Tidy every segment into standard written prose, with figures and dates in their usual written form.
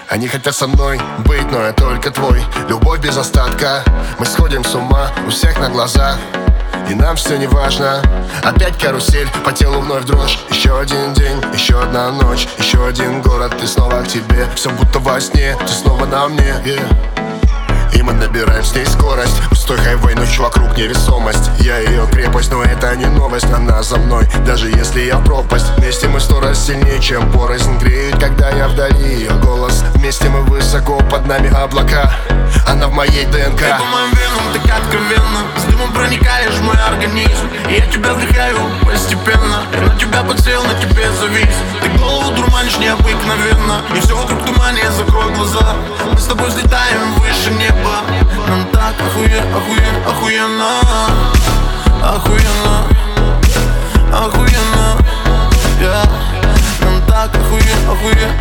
Они хотят со мной быть, но я только твой. Любовь без остатка, мы сходим с ума у всех на глазах, и нам все не важно. Опять карусель, по телу вновь дрожь. Еще один день, еще одна ночь, еще один город, ты снова к тебе. Все будто во сне, ты снова на мне, И мы набираем с ней скорость. Пустой хайвей, ночь вокруг невесомость. Я ее крепость, но это не новость. Она за мной, даже если я в пропасть. Вместе мы 100 раз сильнее, чем порознь. Греет, когда я вдали ее голос. Вместе мы высоко, под нами облака. Она в моей ДНК. Ты по моим венам, так откровенно. С дымом проникаешь в мой организм, и я тебя вдыхаю постепенно. Я на тебя подсел, на тебе завис. Ты голову дурманишь необыкновенно, и все вокруг тумане, закрой глаза. Мы с тобой взлетаем выше неба. Нам так охуенно, охуенно, yeah. Нам так охуенно,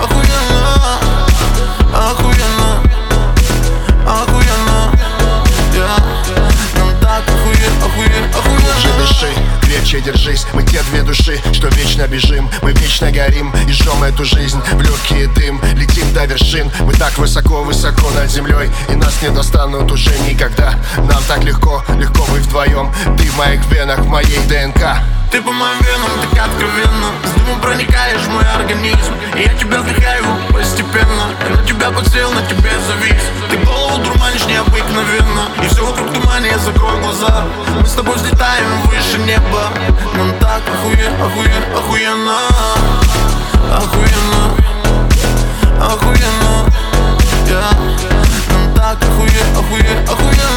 yeah. Нам так охуенно. Глубже дыши, крепче держись. Мы те две души, что вечно бежим. Мы вечно горим и жжем эту жизнь в легкий дым. Летим до вершин, мы так высоко-высоко над землей, и нас не достанут уже никогда. Нам так легко, легко быть вдвоем. Ты в моих венах, в моей ДНК. Ты по моим венам, так откровенно. С дымом проникаешь в мой организм, и я тебя вдыхаю постепенно. Я на тебя подсел, на тебе завис. Ты голову дурманишь необыкновенно, и все вокруг тумане, закрой глаза. Мы с тобой взлетаем выше неба. Нам так охуенно, yeah. Нам так охуенно,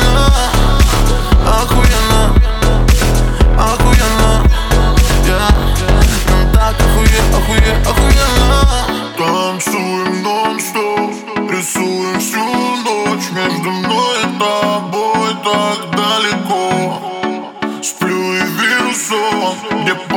yeah. Нам так охуенно. Танцуем нон-стоп, рисуем всю ночь. Между мной и тобой так далеко. Сплю и вижу сон, где